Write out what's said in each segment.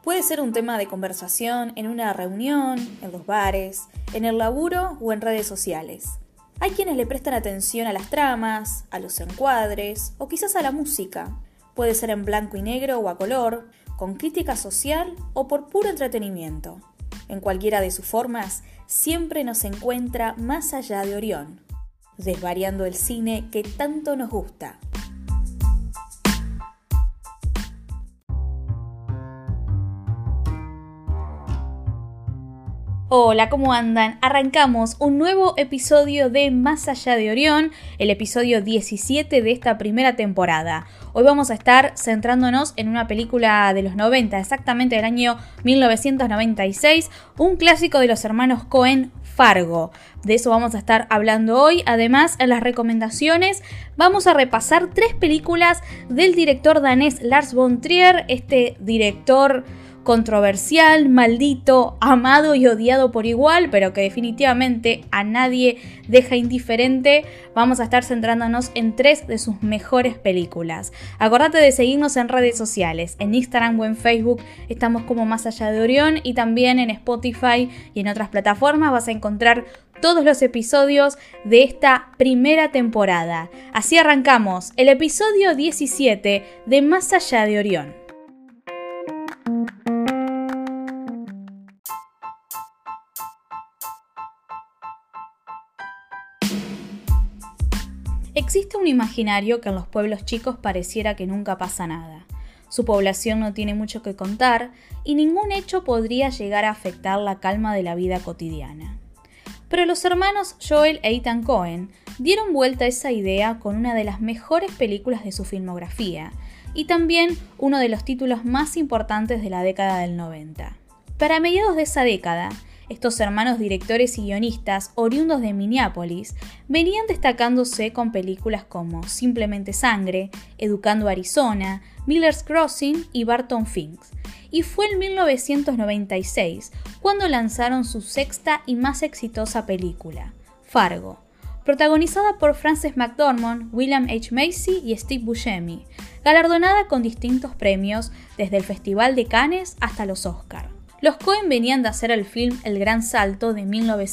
Puede ser un tema de conversación en una reunión, en los bares, en el laburo o en redes sociales. Hay quienes le prestan atención a las tramas, a los encuadres o quizás a la música. Puede ser en blanco y negro o a color, con crítica social o por puro entretenimiento. En cualquiera de sus formas, siempre nos encuentra Más allá de Orión, desvariando el cine que tanto nos gusta. Hola, ¿cómo andan? Arrancamos un nuevo episodio de Más allá de Orión, el episodio 17 de esta primera temporada. Hoy vamos a estar centrándonos en una película de los 90, exactamente del año 1996, un clásico de los hermanos Coen, Fargo. De eso vamos a estar hablando hoy. Además, en las recomendaciones vamos a repasar 3 películas del director danés Lars von Trier, este director controversial, maldito, amado y odiado por igual, pero que definitivamente a nadie deja indiferente. Vamos a estar centrándonos en 3 de sus mejores películas. Acordate de seguirnos en redes sociales, en Instagram o en Facebook estamos como Más allá de Orión, y también en Spotify y en otras plataformas vas a encontrar todos los episodios de esta primera temporada. Así arrancamos el episodio 17 de Más allá de Orión. Existe un imaginario que en los pueblos chicos pareciera que nunca pasa nada. Su población no tiene mucho que contar y ningún hecho podría llegar a afectar la calma de la vida cotidiana. Pero los hermanos Joel e Ethan Coen dieron vuelta a esa idea con una de las mejores películas de su filmografía y también uno de los títulos más importantes de la década del 90. Para mediados de esa década, estos hermanos directores y guionistas oriundos de Minneapolis venían destacándose con películas como Simplemente Sangre, Educando a Arizona, Miller's Crossing y Barton Fink. Y fue en 1996 cuando lanzaron su sexta y más exitosa película, Fargo, protagonizada por Frances McDormand, William H. Macy y Steve Buscemi, galardonada con distintos premios desde el Festival de Cannes hasta los Oscar. Los Coen venían de hacer el film El Gran Salto de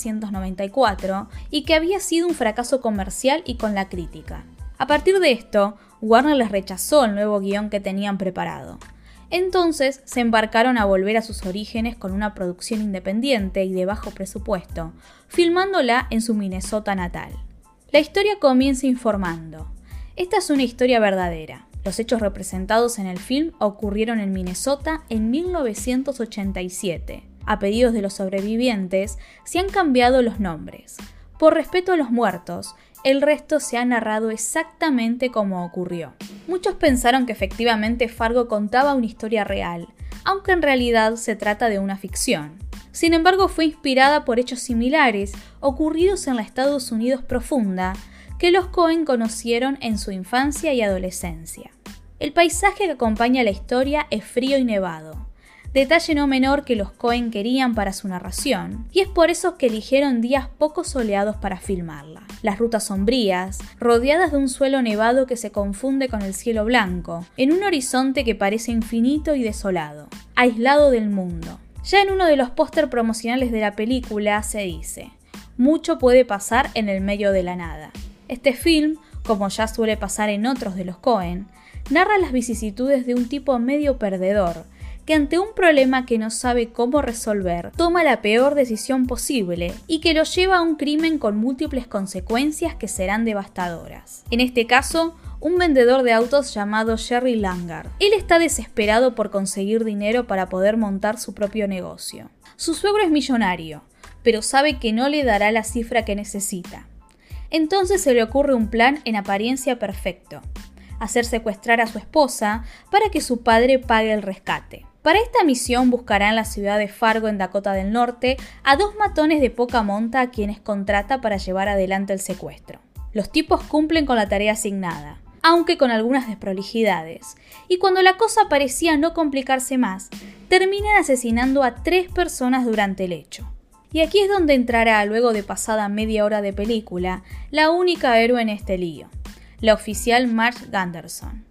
1994 y que había sido un fracaso comercial y con la crítica. A partir de esto, Warner les rechazó el nuevo guión que tenían preparado. Entonces se embarcaron a volver a sus orígenes con una producción independiente y de bajo presupuesto, filmándola en su Minnesota natal. La historia comienza informando: esta es una historia verdadera. Los hechos representados en el film ocurrieron en Minnesota en 1987. A pedidos de los sobrevivientes, se han cambiado los nombres. Por respeto a los muertos, el resto se ha narrado exactamente como ocurrió. Muchos pensaron que efectivamente Fargo contaba una historia real, aunque en realidad se trata de una ficción. Sin embargo, fue inspirada por hechos similares ocurridos en la Estados Unidos profunda, que los Coen conocieron en su infancia y adolescencia. El paisaje que acompaña la historia es frío y nevado, detalle no menor que los Coen querían para su narración, y es por eso que eligieron días poco soleados para filmarla. Las rutas sombrías, rodeadas de un suelo nevado que se confunde con el cielo blanco, en un horizonte que parece infinito y desolado, aislado del mundo. Ya en uno de los póster promocionales de la película se dice: mucho puede pasar en el medio de la nada. Este film, como ya suele pasar en otros de los Coen, narra las vicisitudes de un tipo medio perdedor, que ante un problema que no sabe cómo resolver, toma la peor decisión posible y que lo lleva a un crimen con múltiples consecuencias que serán devastadoras. En este caso, un vendedor de autos llamado Jerry Langard. Él está desesperado por conseguir dinero para poder montar su propio negocio. Su suegro es millonario, pero sabe que no le dará la cifra que necesita. Entonces se le ocurre un plan en apariencia perfecto: hacer secuestrar a su esposa para que su padre pague el rescate. Para esta misión buscará en la ciudad de Fargo, en Dakota del Norte, a 2 matones de poca monta a quienes contrata para llevar adelante el secuestro. Los tipos cumplen con la tarea asignada, aunque con algunas desprolijidades, y cuando la cosa parecía no complicarse más, terminan asesinando a 3 personas durante el hecho. Y aquí es donde entrará, luego de pasada media hora de película, la única héroe en este lío, la oficial Marge Gunderson.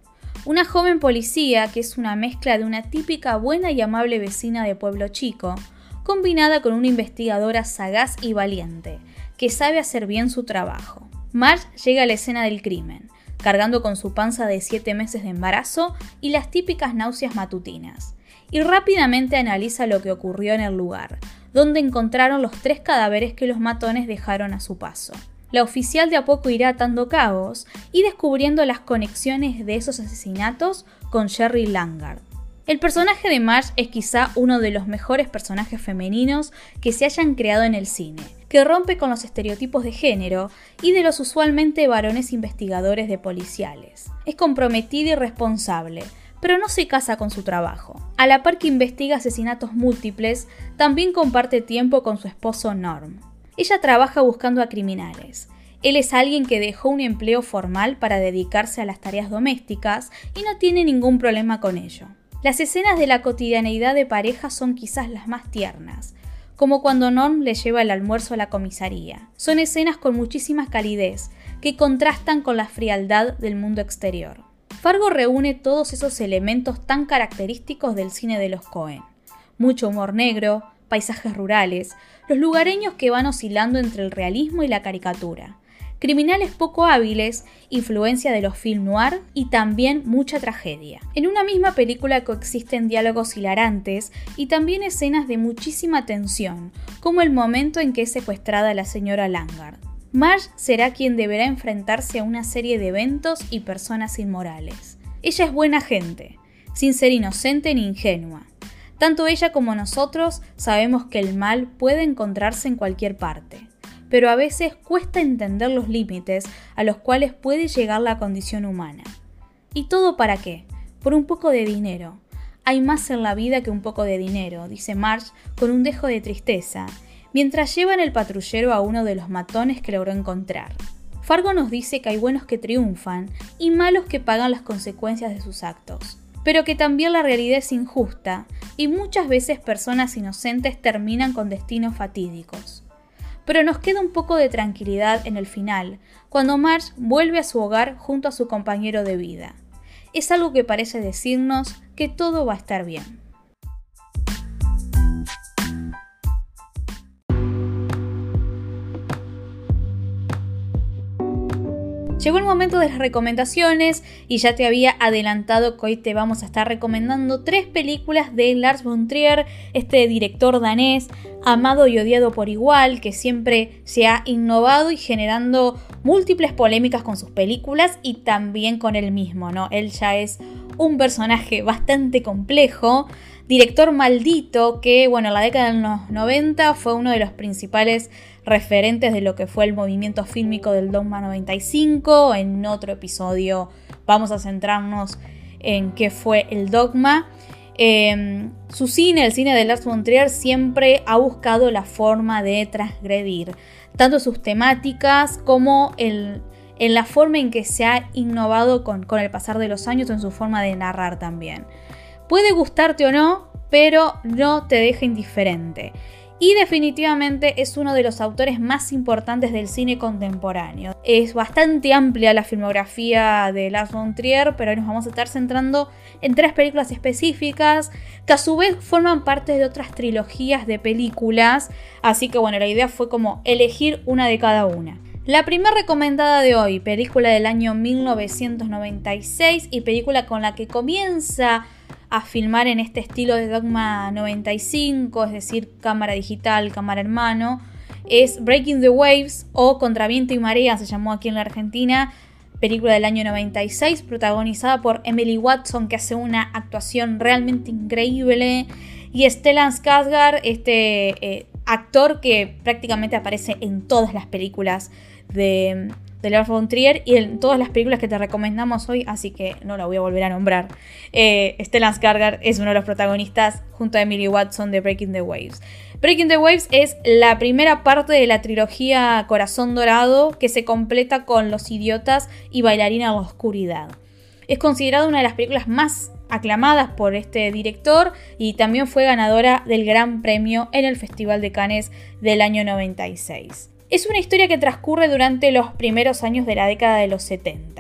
una joven policía que es una mezcla de una típica buena y amable vecina de pueblo chico, combinada con una investigadora sagaz y valiente, que sabe hacer bien su trabajo. Marge llega a la escena del crimen, cargando con su panza de 7 meses de embarazo y las típicas náuseas matutinas, y rápidamente analiza lo que ocurrió en el lugar, donde encontraron los 3 cadáveres que los matones dejaron a su paso. La oficial de a poco irá atando cabos y descubriendo las conexiones de esos asesinatos con Sherry Langard. El personaje de Marge es quizá uno de los mejores personajes femeninos que se hayan creado en el cine, que rompe con los estereotipos de género y de los usualmente varones investigadores de policiales. Es comprometida y responsable, pero no se casa con su trabajo. A la par que investiga asesinatos múltiples, también comparte tiempo con su esposo Norm. Ella trabaja buscando a criminales. Él es alguien que dejó un empleo formal para dedicarse a las tareas domésticas y no tiene ningún problema con ello. Las escenas de la cotidianeidad de pareja son quizás las más tiernas, como cuando Norm le lleva el almuerzo a la comisaría. Son escenas con muchísima calidez, que contrastan con la frialdad del mundo exterior. Fargo reúne todos esos elementos tan característicos del cine de los Coen. Mucho humor negro, paisajes rurales, los lugareños que van oscilando entre el realismo y la caricatura, criminales poco hábiles, influencia de los film noir y también mucha tragedia. En una misma película coexisten diálogos hilarantes y también escenas de muchísima tensión, como el momento en que es secuestrada la señora Langard. Marge será quien deberá enfrentarse a una serie de eventos y personas inmorales. Ella es buena gente, sin ser inocente ni ingenua. Tanto ella como nosotros sabemos que el mal puede encontrarse en cualquier parte, pero a veces cuesta entender los límites a los cuales puede llegar la condición humana. ¿Y todo para qué? Por un poco de dinero. Hay más en la vida que un poco de dinero, dice Marge con un dejo de tristeza, mientras llevan el patrullero a uno de los matones que logró encontrar. Fargo nos dice que hay buenos que triunfan y malos que pagan las consecuencias de sus actos, pero que también la realidad es injusta y muchas veces personas inocentes terminan con destinos fatídicos. Pero nos queda un poco de tranquilidad en el final, cuando Marge vuelve a su hogar junto a su compañero de vida. Es algo que parece decirnos que todo va a estar bien. Llegó el momento de las recomendaciones y ya te había adelantado que hoy te vamos a estar recomendando 3 películas de Lars von Trier, este director danés, amado y odiado por igual, que siempre se ha innovado y generando múltiples polémicas con sus películas y también con él mismo, ¿no? Él ya es un personaje bastante complejo, director maldito que, en la década de los 90 fue uno de los principales referentes de lo que fue el movimiento fílmico del Dogma 95. En otro episodio vamos a centrarnos en qué fue el Dogma. Su cine, el cine de Lars von Trier, siempre ha buscado la forma de transgredir tanto sus temáticas como en la forma en que se ha innovado con el pasar de los años, en su forma de narrar también. Puede gustarte o no, pero no te deja indiferente. Y definitivamente es uno de los autores más importantes del cine contemporáneo. Es bastante amplia la filmografía de Lars von Trier, pero hoy nos vamos a estar centrando en 3 películas específicas que a su vez forman parte de otras trilogías de películas. Así que la idea fue como elegir una de cada una. La primera recomendada de hoy, película del año 1996 y película con la que comienza a filmar en este estilo de Dogma 95, es decir, cámara digital, cámara en mano, es Breaking the Waves o Contra Viento y Marea, se llamó aquí en la Argentina, película del año 96, protagonizada por Emily Watson, que hace una actuación realmente increíble, y Stellan Skarsgård, este actor que prácticamente aparece en todas las películas de Lars von Trier y en todas las películas que te recomendamos hoy, así que no la voy a volver a nombrar. Stellan Skarsgård es uno de los protagonistas junto a Emily Watson de Breaking the Waves. Breaking the Waves es la primera parte de la trilogía Corazón Dorado, que se completa con Los Idiotas y Bailarina en la Oscuridad. Es considerada una de las películas más aclamadas por este director y también fue ganadora del Gran Premio en el Festival de Cannes del año 96. Es una historia que transcurre durante los primeros años de la década de los 70.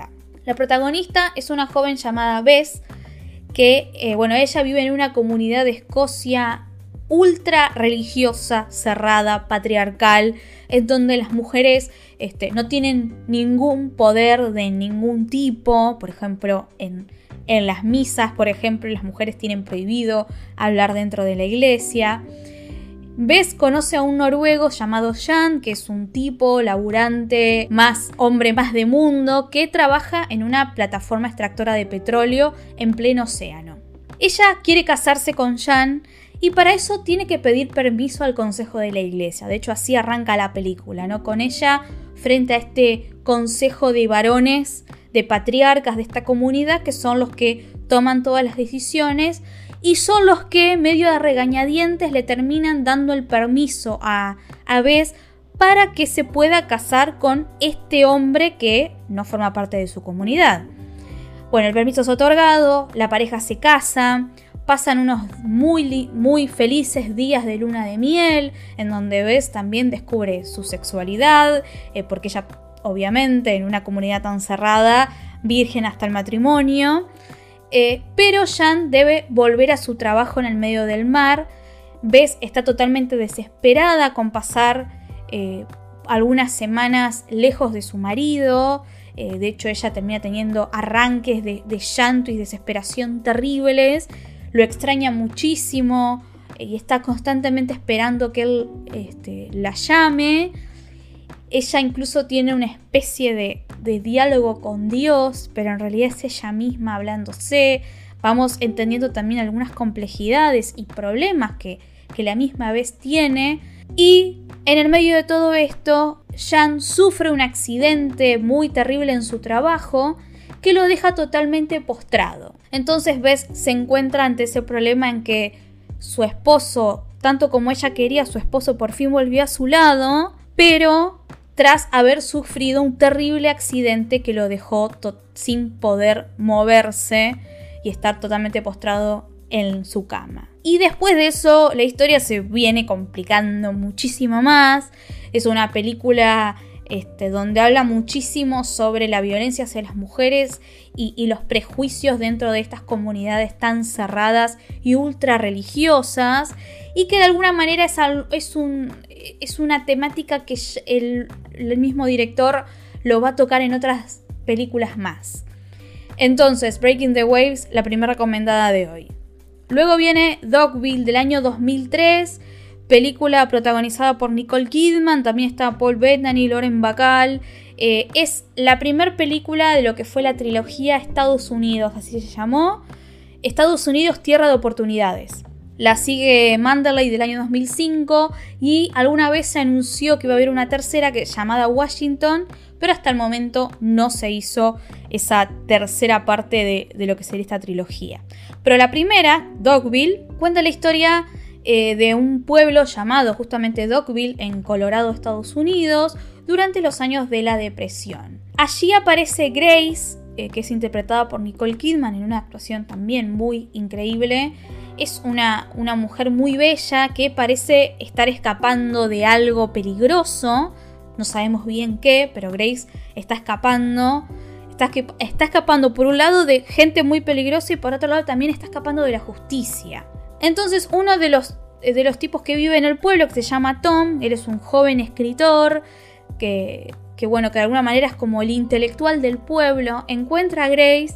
La protagonista es una joven llamada Bess, que ella vive en una comunidad de Escocia ultra religiosa, cerrada, patriarcal, en donde las mujeres no tienen ningún poder de ningún tipo. Por ejemplo, en las misas, por ejemplo, las mujeres tienen prohibido hablar dentro de la iglesia. Bess conoce a un noruego llamado Jan, que es un tipo laburante, hombre más de mundo, que trabaja en una plataforma extractora de petróleo en pleno océano. Ella quiere casarse con Jan y para eso tiene que pedir permiso al consejo de la iglesia. De hecho, así arranca la película, ¿no? Con ella frente a este consejo de varones, de patriarcas de esta comunidad, que son los que toman todas las decisiones y son los que, medio a regañadientes, le terminan dando el permiso a Bess para que se pueda casar con este hombre que no forma parte de su comunidad. Bueno, el permiso es otorgado, la pareja se casa, pasan unos muy felices días de luna de miel, en donde Bess también descubre su sexualidad, porque ella, obviamente, en una comunidad tan cerrada, virgen hasta el matrimonio. Pero Jan debe volver a su trabajo en el medio del mar. Bess está totalmente desesperada con pasar algunas semanas lejos de su marido. De hecho, ella termina teniendo arranques de llanto y desesperación terribles. Lo extraña muchísimo y está constantemente esperando que él la llame. Ella incluso tiene una especie de diálogo con Dios, pero en realidad es ella misma hablándose. Vamos entendiendo también algunas complejidades y problemas que la misma Bess tiene. Y en el medio de todo esto, Jan sufre un accidente muy terrible en su trabajo que lo deja totalmente postrado. Entonces Bess se encuentra ante ese problema en que su esposo, tanto como ella quería, su esposo por fin volvió a su lado, pero tras haber sufrido un terrible accidente que lo dejó sin poder moverse y estar totalmente postrado en su cama. Y después de eso, la historia se viene complicando muchísimo más. Es una película donde habla muchísimo sobre la violencia hacia las mujeres y los prejuicios dentro de estas comunidades tan cerradas y ultra religiosas, y que de alguna manera es una temática que el mismo director lo va a tocar en otras películas más. Entonces, Breaking the Waves, la primera recomendada de hoy. Luego viene Dogville del año 2003, película protagonizada por Nicole Kidman, también está Paul Bettany, Lauren Bacall. Es la primera película de lo que fue la trilogía Estados Unidos, así se llamó. Estados Unidos, Tierra de Oportunidades. La sigue Manderley del año 2005 y alguna vez se anunció que iba a haber una tercera llamada Washington, pero hasta el momento no se hizo esa tercera parte de lo que sería esta trilogía. Pero la primera, Dogville, cuenta la historia de un pueblo llamado justamente Dogville en Colorado, Estados Unidos, durante los años de la Depresión. Allí aparece Grace, que es interpretada por Nicole Kidman en una actuación también muy increíble. Es una mujer muy bella que parece estar escapando de algo peligroso. No sabemos bien qué, pero Grace está escapando. Está escapando por un lado de gente muy peligrosa y por otro lado también está escapando de la justicia. Entonces uno de los tipos que vive en el pueblo, que se llama Tom, él es un joven escritor que de alguna manera es como el intelectual del pueblo, encuentra a Grace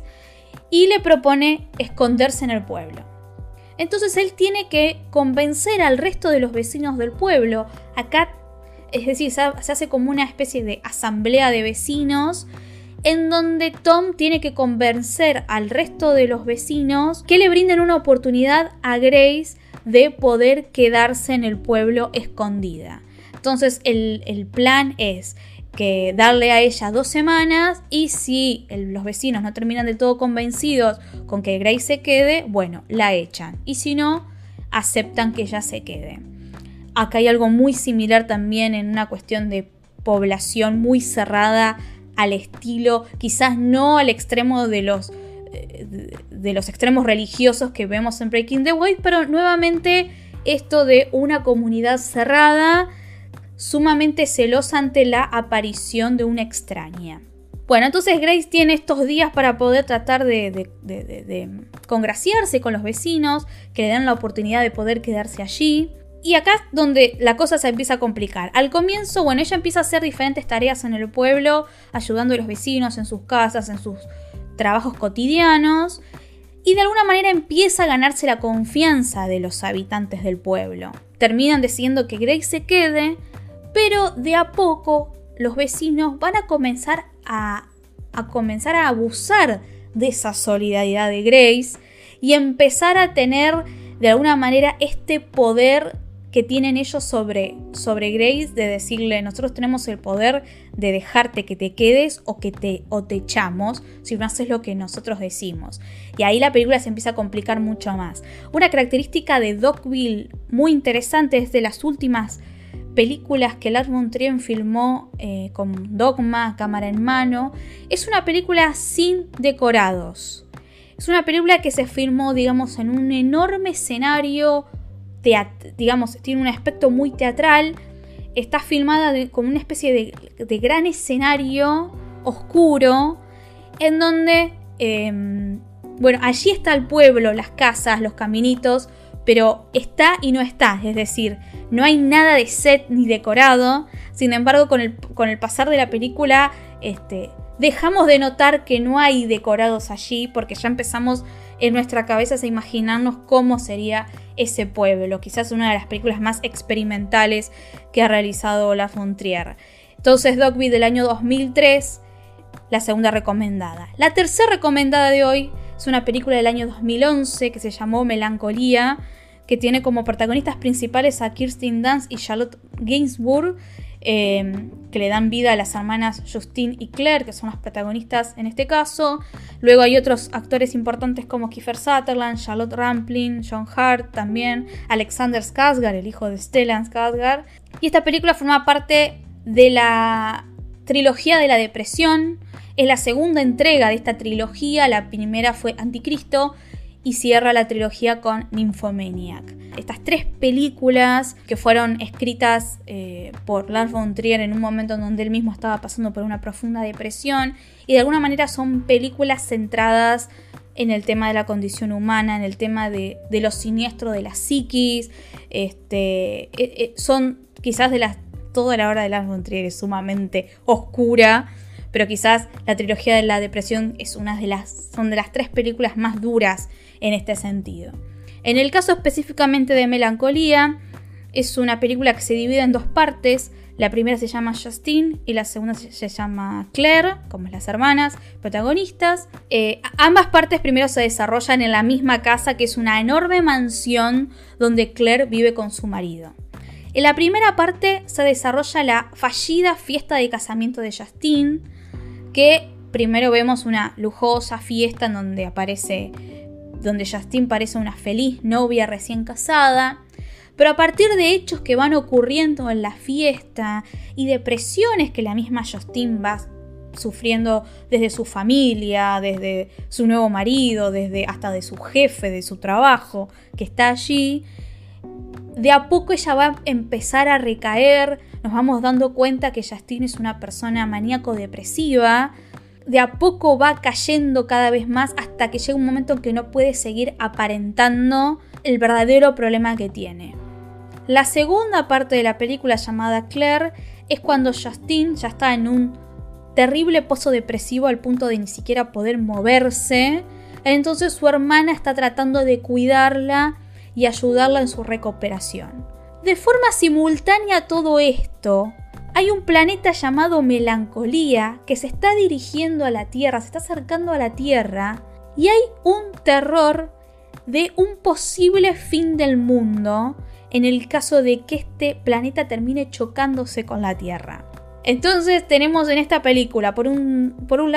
y le propone esconderse en el pueblo. Entonces él tiene que convencer al resto de los vecinos del pueblo. Acá, es decir, se hace como una especie de asamblea de vecinos en donde Tom tiene que convencer al resto de los vecinos que le brinden una oportunidad a Grace de poder quedarse en el pueblo escondida. Entonces el plan es que darle a ella 2 semanas y si los vecinos no terminan del todo convencidos con que Grace se quede, bueno, la echan. Y si no, aceptan que ella se quede. Acá hay algo muy similar también en una cuestión de población muy cerrada al estilo, quizás no al extremo de los extremos religiosos que vemos en Breaking the Waves, pero nuevamente esto de una comunidad cerrada, sumamente celosa ante la aparición de una extraña. Bueno, entonces Grace tiene estos días para poder tratar de congraciarse con los vecinos, que le dan la oportunidad de poder quedarse allí. Y acá es donde la cosa se empieza a complicar. Al comienzo, bueno, ella empieza a hacer diferentes tareas en el pueblo, ayudando a los vecinos en sus casas, en sus trabajos cotidianos. Y de alguna manera empieza a ganarse la confianza de los habitantes del pueblo. Terminan decidiendo que Grace se quede, pero de a poco los vecinos van a comenzar a abusar de esa solidaridad de Grace y empezar a tener de alguna manera este poder que tienen ellos sobre Grace, de decirle: nosotros tenemos el poder de dejarte que te quedes o te echamos si no haces lo que nosotros decimos. Y ahí la película se empieza a complicar mucho más. Una característica de Dogville muy interesante es de las últimas películas que Lars von Trier filmó con Dogma, cámara en mano. Es una película sin decorados. Es una película que se filmó, digamos, en un enorme escenario, digamos, tiene un aspecto muy teatral. Está filmada como una especie de gran escenario oscuro, en donde, bueno, allí está el pueblo, las casas, los caminitos, pero está y no está, es decir, no hay nada de set ni decorado. Sin embargo, con el pasar de la película, dejamos de notar que no hay decorados allí, porque ya empezamos en nuestra cabeza a imaginarnos cómo sería ese pueblo. Quizás una de las películas más experimentales que ha realizado Lars von Trier. Entonces, Dogville del año 2003, la segunda recomendada. La tercera recomendada de hoy es una película del año 2011 que se llamó Melancolía, que tiene como protagonistas principales a Kirsten Dunst y Charlotte Gainsbourg, que le dan vida a las hermanas Justine y Claire, que son las protagonistas en este caso. Luego hay otros actores importantes como Kiefer Sutherland, Charlotte Rampling, John Hurt también, Alexander Skarsgård, el hijo de Stellan Skarsgård. Y esta película forma parte de la trilogía de la depresión. Es la segunda entrega de esta trilogía. La primera fue Anticristo y cierra la trilogía con Nymphomaniac. Estas tres películas que fueron escritas por Lars von Trier en un momento en donde él mismo estaba pasando por una profunda depresión, y de alguna manera son películas centradas en el tema de la condición humana, en el tema de lo siniestro de la psiquis. Son quizás toda la obra de Lars von Trier es sumamente oscura, pero quizás la trilogía de la depresión son de las tres películas más duras en este sentido. En el caso específicamente de Melancolía, es una película que se divide en dos partes. La primera se llama Justine y la segunda se llama Claire, como las hermanas protagonistas. Ambas partes primero se desarrollan en la misma casa, que es una enorme mansión donde Claire vive con su marido. En la primera parte se desarrolla la fallida fiesta de casamiento de Justine, que primero vemos una lujosa fiesta en donde Justine parece una feliz novia recién casada, pero a partir de hechos que van ocurriendo en la fiesta y de presiones que la misma Justine va sufriendo desde su familia, desde su nuevo marido, hasta de su jefe, de su trabajo que está allí, de a poco ella va a empezar a recaer. Nos vamos dando cuenta que Justine es una persona maníaco-depresiva. De a poco va cayendo cada vez más hasta que llega un momento en que no puede seguir aparentando el verdadero problema que tiene. La segunda parte de la película, llamada Claire, es cuando Justine ya está en un terrible pozo depresivo al punto de ni siquiera poder moverse. Entonces su hermana está tratando de cuidarla y ayudarla en su recuperación. De forma simultánea a todo esto, hay un planeta llamado Melancolía que se está dirigiendo a la Tierra, se está acercando a la Tierra, y hay un terror de un posible fin del mundo en el caso de que este planeta termine chocándose con la Tierra. Entonces tenemos en esta película por un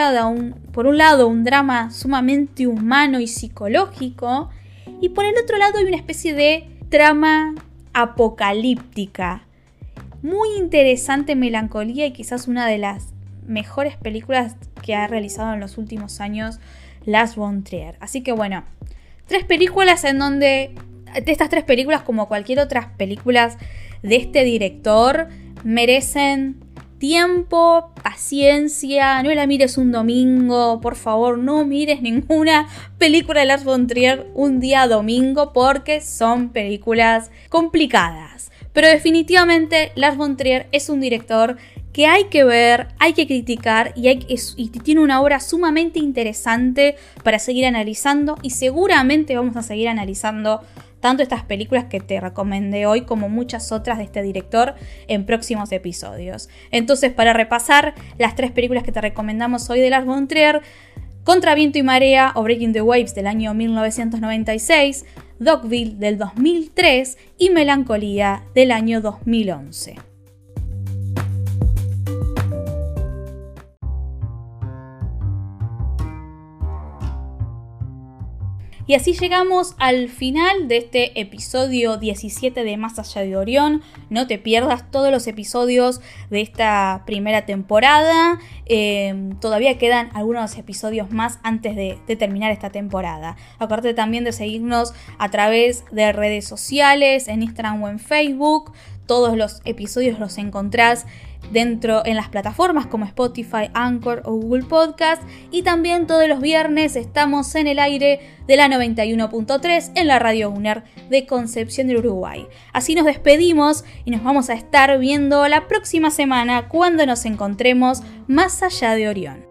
lado un drama sumamente humano y psicológico, y por el otro lado hay una especie de trama apocalíptica. Muy interesante Melancolía, y quizás una de las mejores películas que ha realizado en los últimos años Lars von Trier. Así que bueno, tres películas en donde, de estas tres películas como cualquier otras películas de este director, merecen tiempo, paciencia, no la mires un domingo, por favor, no mires ninguna película de Lars von Trier un día domingo porque son películas complicadas. Pero definitivamente Lars von Trier es un director que hay que ver, hay que criticar y tiene una obra sumamente interesante para seguir analizando, y seguramente vamos a seguir analizando tanto estas películas que te recomendé hoy como muchas otras de este director en próximos episodios. Entonces, para repasar las 3 películas que te recomendamos hoy de Lars von Trier: Contra viento y marea o Breaking the Waves del año 1996, Dogville del 2003 y Melancolía del año 2011. Y así llegamos al final de este episodio 17 de Más Allá de Orión. No te pierdas todos los episodios de esta primera temporada. Todavía quedan algunos episodios más antes de terminar esta temporada. Acuérdate también de seguirnos a través de redes sociales, en Instagram o en Facebook. Todos los episodios los encontrás en las plataformas como Spotify, Anchor o Google Podcast, y también todos los viernes estamos en el aire de la 91.3 en la Radio UNER de Concepción del Uruguay. Así nos despedimos y nos vamos a estar viendo la próxima semana cuando nos encontremos Más Allá de Orión.